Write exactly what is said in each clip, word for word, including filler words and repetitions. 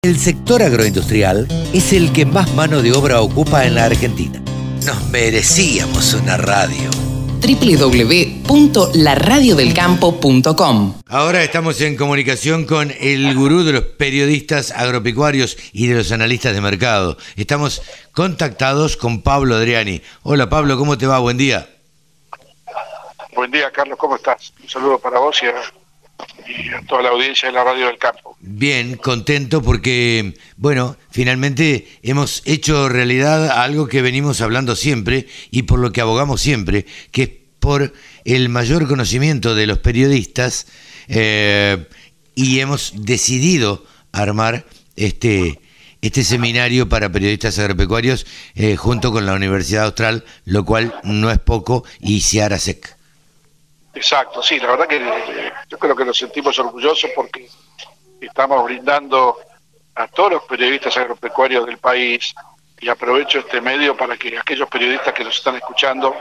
El sector agroindustrial es el que más mano de obra ocupa en la Argentina. Nos merecíamos una radio. doble u doble u doble u punto la radio del campo punto com. Ahora estamos en comunicación con el gurú de los periodistas agropecuarios y de los analistas de mercado. Estamos contactados con Pablo Adriani. Hola Pablo, ¿cómo te va? Buen día. Buen día, Carlos, ¿cómo estás? Un saludo para vos y a, y a toda la audiencia de la Radio del Campo. Bien, contento porque, bueno, finalmente hemos hecho realidad algo que venimos hablando siempre y por lo que abogamos siempre, que es por el mayor conocimiento de los periodistas eh, y hemos decidido armar este, este seminario para periodistas agropecuarios eh, junto con la Universidad Austral, lo cual no es poco, y Ciarasec. Exacto, sí, la verdad que eh, yo creo que nos sentimos orgullosos porque estamos brindando a todos los periodistas agropecuarios del país, y aprovecho este medio para que aquellos periodistas que nos están escuchando,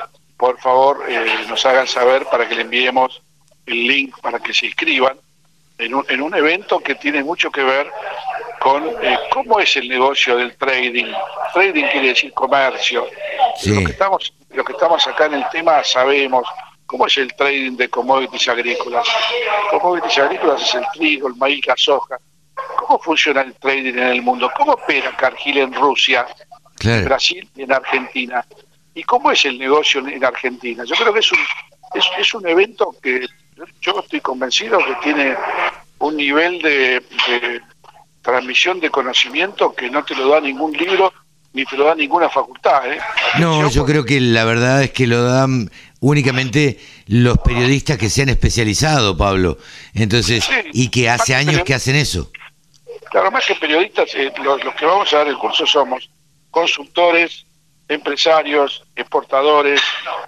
por favor, eh, nos hagan saber para que le enviemos el link para que se inscriban en un, en un evento que tiene mucho que ver con eh, cómo es el negocio del trading. Trading quiere decir comercio. Sí. Lo que estamos, lo que estamos acá en el tema sabemos. ¿Cómo es el trading de commodities agrícolas? Commodities agrícolas es el trigo, el maíz, la soja. ¿Cómo funciona el trading en el mundo? ¿Cómo opera Cargill en Rusia, claro, en Brasil y en Argentina? ¿Y cómo es el negocio en Argentina? Yo creo que es un, es, es un evento que yo estoy convencido que tiene un nivel de, de transmisión de conocimiento que no te lo da ningún libro ni te lo da ninguna facultad, ¿eh? No, yo creo que la verdad es que lo dan únicamente los periodistas que se han especializado, Pablo. Entonces, sí, y que hace años que hacen eso. Claro, más que periodistas, eh, los, los que vamos a dar el curso somos consultores, empresarios, exportadores,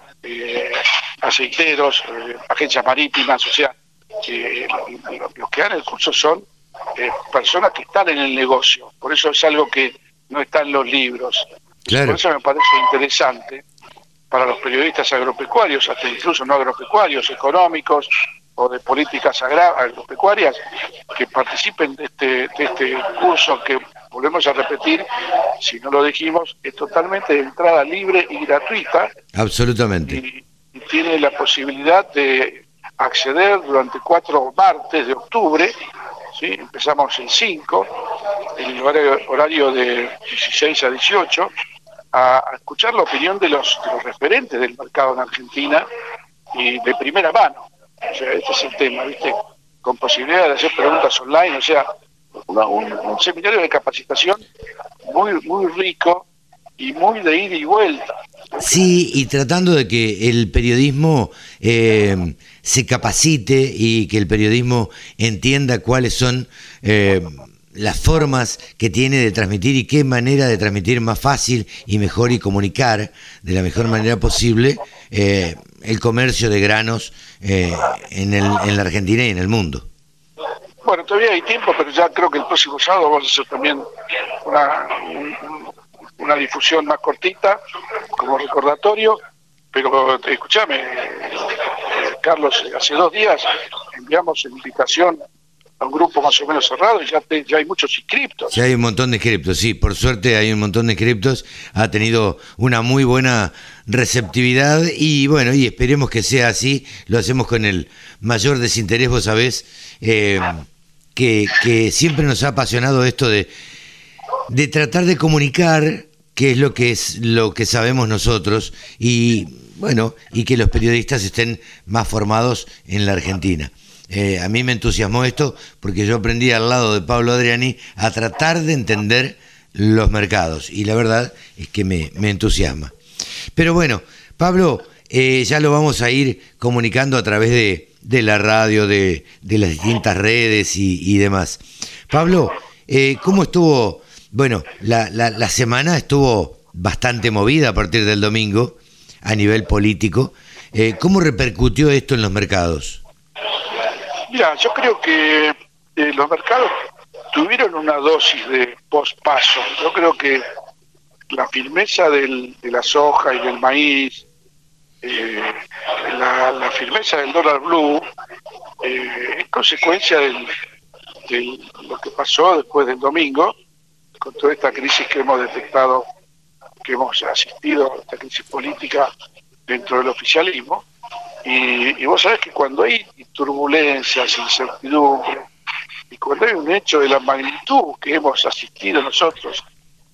eh, aceiteros, eh, agencias marítimas, o sea, eh, los, los que dan el curso son eh, personas que están en el negocio. Por eso es algo que no está en los libros. Claro. Por eso me parece interesante para los periodistas agropecuarios, hasta incluso no agropecuarios, económicos o de políticas agra agropecuarias, que participen de este, de este curso que, volvemos a repetir, si no lo dijimos, es totalmente de entrada libre y gratuita. Absolutamente. Y, y tiene la posibilidad de acceder durante cuatro martes de octubre, ¿sí? Empezamos el cinco, en el horario, horario de dieciséis a dieciocho, a, a escuchar la opinión de los, de los referentes del mercado en Argentina y de primera mano. O sea, este es el tema, ¿viste? Con posibilidad de hacer preguntas online, o sea, una, un, un seminario de capacitación muy, muy rico y muy de ida y vuelta. Sí, y tratando de que el periodismo eh, se capacite y que el periodismo entienda cuáles son eh, las formas que tiene de transmitir y qué manera de transmitir más fácil y mejor y comunicar de la mejor manera posible eh, el comercio de granos eh, en, el, en la Argentina y en el mundo. Bueno, todavía hay tiempo, pero ya creo que el próximo sábado vamos a hacer también una, un, una difusión más cortita como recordatorio, pero escúchame, Carlos, hace dos días enviamos la invitación a un grupo más o menos cerrado y ya, te, ya hay muchos inscriptos. Ya hay un montón de inscriptos, sí, por suerte hay un montón de inscriptos, ha tenido una muy buena receptividad y bueno, y esperemos que sea así, lo hacemos con el mayor desinterés, vos sabés, eh, que, que siempre nos ha apasionado esto de, de tratar de comunicar qué es lo que es lo que sabemos nosotros y bueno, y que los periodistas estén más formados en la Argentina. Eh, a mí me entusiasmó esto porque yo aprendí al lado de Pablo Adriani a tratar de entender los mercados y la verdad es que me, me entusiasma. Pero bueno, Pablo, eh, ya lo vamos a ir comunicando a través de, de la radio, de, de las distintas redes y, y demás. Pablo, eh, ¿cómo estuvo? Bueno, la, la, la semana estuvo bastante movida a partir del domingo a nivel político. Eh, ¿Cómo repercutió esto en los mercados? Mira, yo creo que eh, los mercados tuvieron una dosis de pospaso. Yo creo que la firmeza del, de la soja y del maíz, eh, la, la firmeza del dólar blue, eh, es consecuencia del, del, que pasó después del domingo, con toda esta crisis que hemos detectado, que hemos asistido, esta crisis política dentro del oficialismo. Y, y vos sabés que cuando hay turbulencias, incertidumbre, y cuando hay un hecho de la magnitud que hemos asistido nosotros,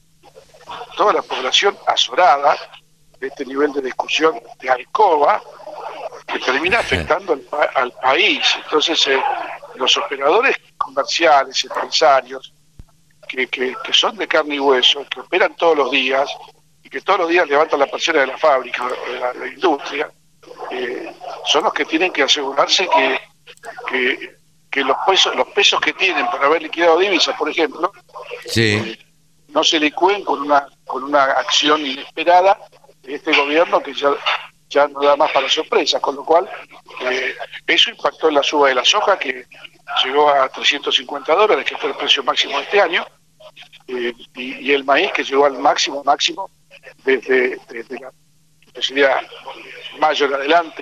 toda la población azorada de este nivel de discusión de alcoba, que termina afectando al, al país. Entonces, eh, los operadores comerciales, empresarios, que, que, que son de carne y hueso, que operan todos los días, y que todos los días levantan la persiana de la fábrica o de la, de la industria, eh, son los que tienen que asegurarse que, que, que los pesos, los pesos que tienen por haber liquidado divisas, por ejemplo, sí. eh, no se licúen con una con una acción inesperada de este gobierno que ya ya no da más para sorpresas, con lo cual eh, eso impactó en la suba de la soja, que llegó a trescientos cincuenta dólares, que fue el precio máximo de este año, eh, y, y el maíz, que llegó al máximo máximo desde, desde la sería mayo en adelante,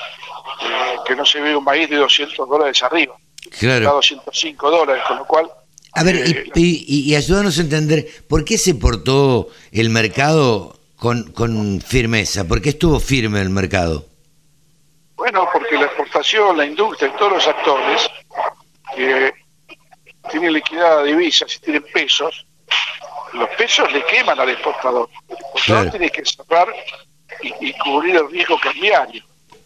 eh, que no se ve un maíz de doscientos dólares arriba, claro. Está a doscientos cinco dólares, con lo cual... A ver, eh, y, y, y ayúdanos a entender, ¿por qué se portó el mercado con, con firmeza? ¿Por qué estuvo firme el mercado? Bueno, porque la exportación, la industria y todos los actores que tienen liquidada divisas y tienen pesos, los pesos le queman al exportador. El exportador Claro. tiene que cerrar y, y cubrir el riesgo cambiario.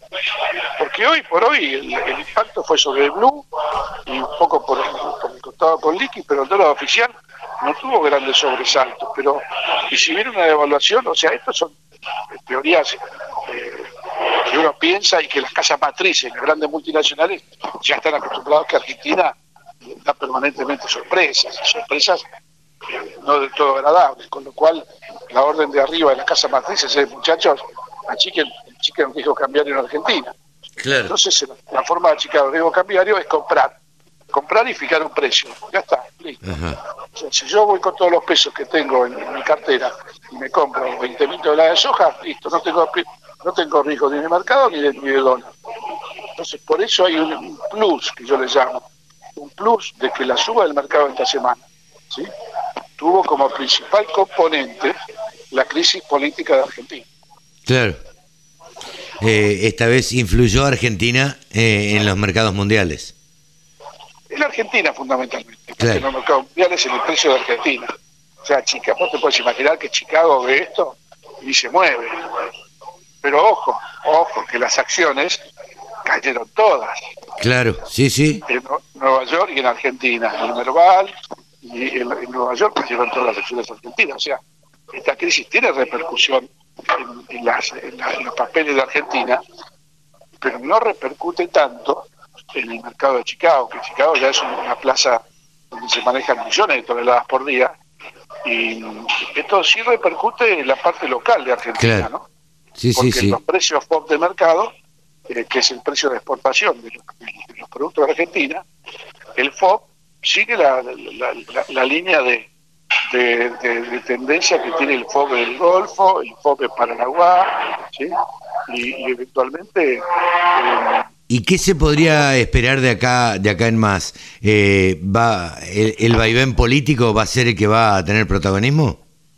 Porque hoy por hoy el, el impacto fue sobre el blue y un poco por el, por el costado con liqui, pero el dólar oficial no tuvo grandes sobresaltos. Pero, y si viene una devaluación, o sea, estas son eh, teorías eh, que uno piensa y que las casas matrices, las grandes multinacionales, ya están acostumbrados que Argentina da permanentemente sorpresas, sorpresas eh, no del todo agradables, con lo cual la orden de arriba de las casas matrices es, muchachos, achiquen, achiquen el riesgo cambiario en Argentina. Claro. Entonces la, la forma de achicar el riesgo cambiario es comprar, comprar y fijar un precio, ya está, listo. Ajá. O sea, si yo voy con todos los pesos que tengo en, en mi cartera y me compro veinte mil dólares de soja, listo, no tengo no tengo riesgo ni de mercado ni de, ni de dólar. Entonces por eso hay un, un plus, que yo le llamo, un plus de que la suba del mercado esta semana, ¿sí?, tuvo como principal componente la crisis política de Argentina. Claro. Eh, esta vez influyó Argentina eh, en los mercados mundiales. En la Argentina fundamentalmente, Claro. en los mercados mundiales, en el precio de Argentina. O sea, chica, vos te puedes imaginar que Chicago ve esto y se mueve. Pero ojo, ojo, que las acciones cayeron todas. Claro, sí, sí. En Nueva York y en Argentina. En Merval y en, en Nueva York cayeron todas las acciones argentinas. O sea, esta crisis tiene repercusión en, en, las, en, la, en los papeles de Argentina, pero no repercute tanto en el mercado de Chicago, que Chicago ya es una plaza donde se manejan millones de toneladas por día, y esto sí repercute en la parte local de Argentina, Claro. ¿no? Sí, Porque sí, sí. los precios F O B de mercado, eh, que es el precio de exportación de los, de los productos de Argentina, el F O B sigue la, la, la, la línea de, de, de, de tendencia que tiene el F O B del Golfo, el F O B de Paranaguá, ¿sí? y, y eventualmente... Eh, ¿Y qué se podría esperar de acá de acá en más? Eh, va el, el vaivén político va a ser el que va a tener protagonismo?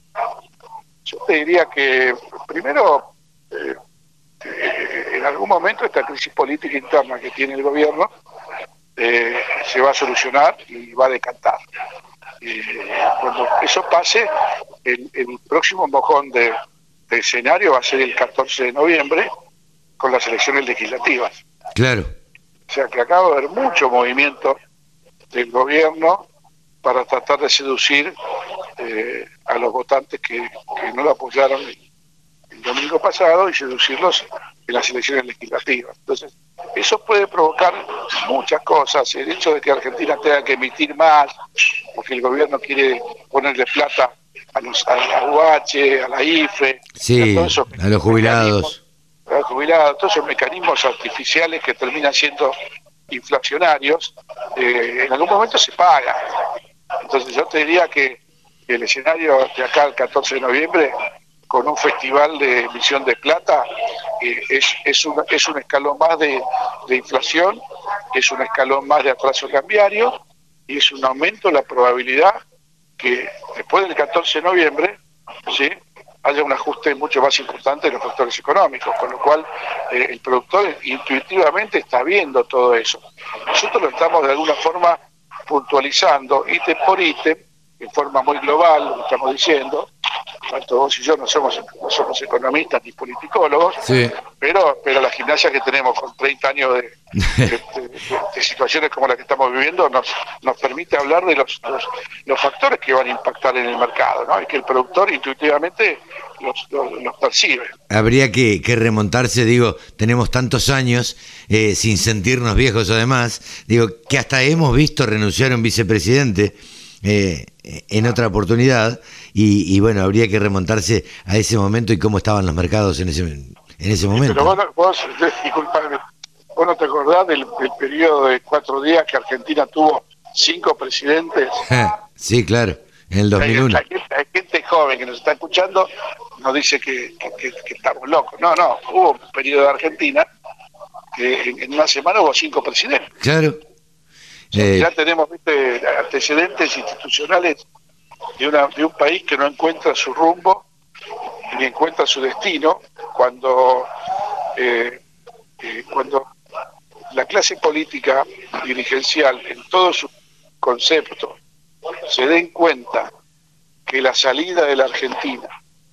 Yo te diría que, primero, eh, eh, en algún momento esta crisis política interna que tiene el gobierno eh, se va a solucionar y va a decantar. Eh, cuando eso pase, el, el próximo mojón de, de escenario va a ser el catorce de noviembre con las elecciones legislativas. Claro. O sea que acaba de haber mucho movimiento del gobierno para tratar de seducir eh, a los votantes que, que no lo apoyaron el, el domingo pasado y seducirlos en las elecciones legislativas. Entonces, eso puede provocar muchas cosas. El hecho de que Argentina tenga que emitir más, porque el gobierno quiere ponerle plata a, los, a la U H, a la I F E, Sí, a, todos esos a los jubilados. a los jubilados, todos esos mecanismos artificiales que terminan siendo inflacionarios, eh, en algún momento se paga. Entonces yo te diría que el escenario de acá al catorce de noviembre, con un festival de emisión de plata, eh, es, es, un, es un escalón más de, de inflación, es un escalón más de atraso cambiario, y, y es un aumento de la probabilidad que después del catorce de noviembre, ¿sí?, haya un ajuste mucho más importante de los factores económicos, con lo cual eh, el productor intuitivamente está viendo todo eso. Nosotros lo estamos de alguna forma puntualizando, ítem por ítem, en forma muy global, lo que estamos diciendo. Tanto vos y yo no somos no somos economistas ni politicólogos, sí. pero pero la gimnasia que tenemos con treinta años de, de, de, de situaciones como la que estamos viviendo nos nos permite hablar de los, los, los factores que van a impactar en el mercado, ¿no? Y que el productor intuitivamente los, los, los percibe. Habría que, que remontarse, digo, tenemos tantos años eh, sin sentirnos viejos además, digo, que hasta hemos visto renunciar a un vicepresidente eh, en otra oportunidad. Y, y bueno, habría que remontarse a ese momento y cómo estaban los mercados en ese en ese momento. Pero vos, vos disculpame, ¿vos no te acordás del, del periodo de cuatro días que Argentina tuvo cinco presidentes? Sí, claro, en el dos mil uno. Hay, hay, hay gente joven que nos está escuchando, nos dice que, que, que, que estamos locos. No, no, hubo un periodo de Argentina que en, en una semana hubo cinco presidentes. Claro. O sea, eh... ya tenemos, viste, antecedentes institucionales de, una, de un país que no encuentra su rumbo ni encuentra su destino cuando eh, eh, cuando la clase política dirigencial en todo su concepto se den cuenta que la salida de la Argentina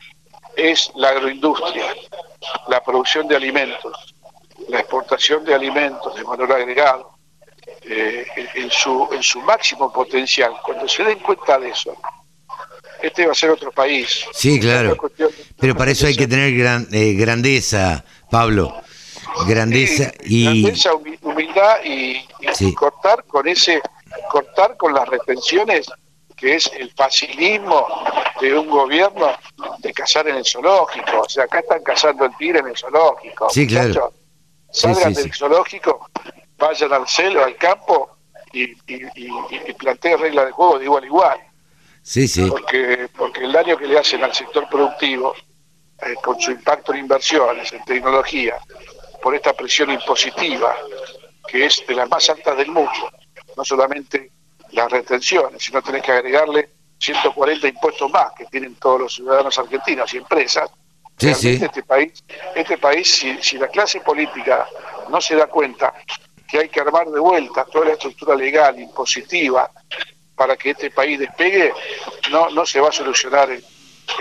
es la agroindustria, la producción de alimentos, la exportación de alimentos de valor agregado eh, en su en su máximo potencial. Cuando se den cuenta de eso, este va a ser otro país. Sí, claro. Pero para eso hay que tener gran, eh, grandeza, Pablo. Grandeza sí, y... Grandeza, humildad y, y, sí. y cortar con ese, cortar con las retenciones que es el facilismo de un gobierno de cazar en el zoológico. O sea, acá están cazando el tigre en el zoológico. Sí, claro. Muchachos, salgan sí, sí, del sí. zoológico, vayan al celo, al campo y, y, y, y planteen reglas de juego de igual a igual. Sí, sí. Porque, porque el daño que le hacen al sector productivo, eh, con su impacto en inversiones, en tecnología, por esta presión impositiva, que es de las más altas del mundo, no solamente las retenciones, sino tenés que agregarle ciento cuarenta impuestos más que tienen todos los ciudadanos argentinos y empresas. Sí, Realmente sí. este país, este país si, si la clase política no se da cuenta que hay que armar de vuelta toda la estructura legal, impositiva, para que este país despegue, no no se va a solucionar en,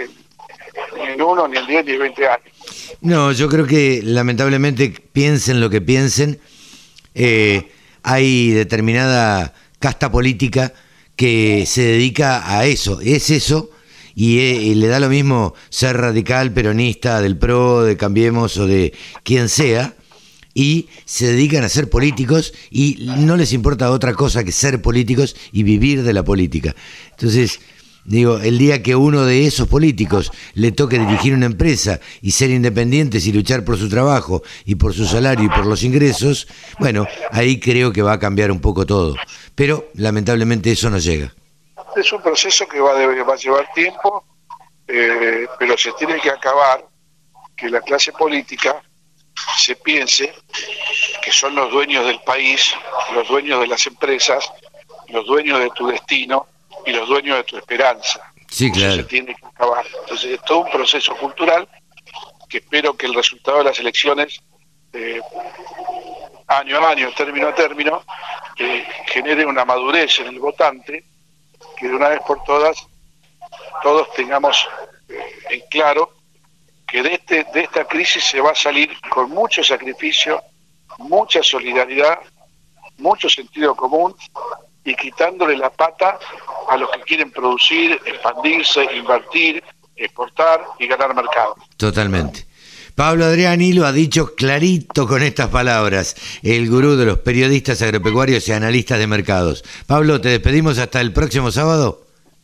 en, ni en uno, ni en diez, ni en veinte años. No, yo creo que lamentablemente piensen lo que piensen, eh, hay determinada casta política que se dedica a eso, es eso, y, eh, y le da lo mismo ser radical, peronista, del P R O, de Cambiemos o de quien sea, y se dedican a ser políticos y no les importa otra cosa que ser políticos y vivir de la política. Entonces, digo, el día que uno de esos políticos le toque dirigir una empresa y ser independientes y luchar por su trabajo y por su salario y por los ingresos, bueno, ahí creo que va a cambiar un poco todo. Pero lamentablemente eso no llega. Es un proceso que va, a, va a llevar tiempo, eh, pero se tiene que acabar que la clase política se piense que son los dueños del país, los dueños de las empresas, los dueños de tu destino y los dueños de tu esperanza. Sí, claro. Eso se tiene que acabar. Entonces es todo un proceso cultural que espero que el resultado de las elecciones, eh, año a año, término a término, eh, genere una madurez en el votante, que de una vez por todas todos tengamos eh, en claro que de, este, de esta crisis se va a salir con mucho sacrificio, mucha solidaridad, mucho sentido común y quitándole la pata a los que quieren producir, expandirse, invertir, exportar y ganar mercado. Totalmente. Pablo Adriani lo ha dicho clarito con estas palabras, el gurú de los periodistas agropecuarios y analistas de mercados. Pablo, te despedimos hasta el próximo sábado.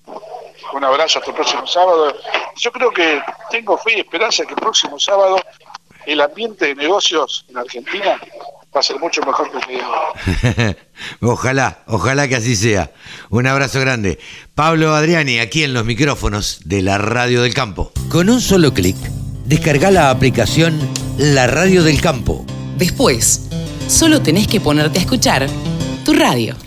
Un abrazo hasta el próximo sábado. Yo creo que tengo fe y esperanza que el próximo sábado el ambiente de negocios en Argentina va a ser mucho mejor que el que ahora. Ojalá, ojalá que así sea. Un abrazo grande. Pablo Adriani, aquí en los micrófonos de la Radio del Campo. Con un solo clic, descarga la aplicación La Radio del Campo. Después, solo tenés que ponerte a escuchar tu radio.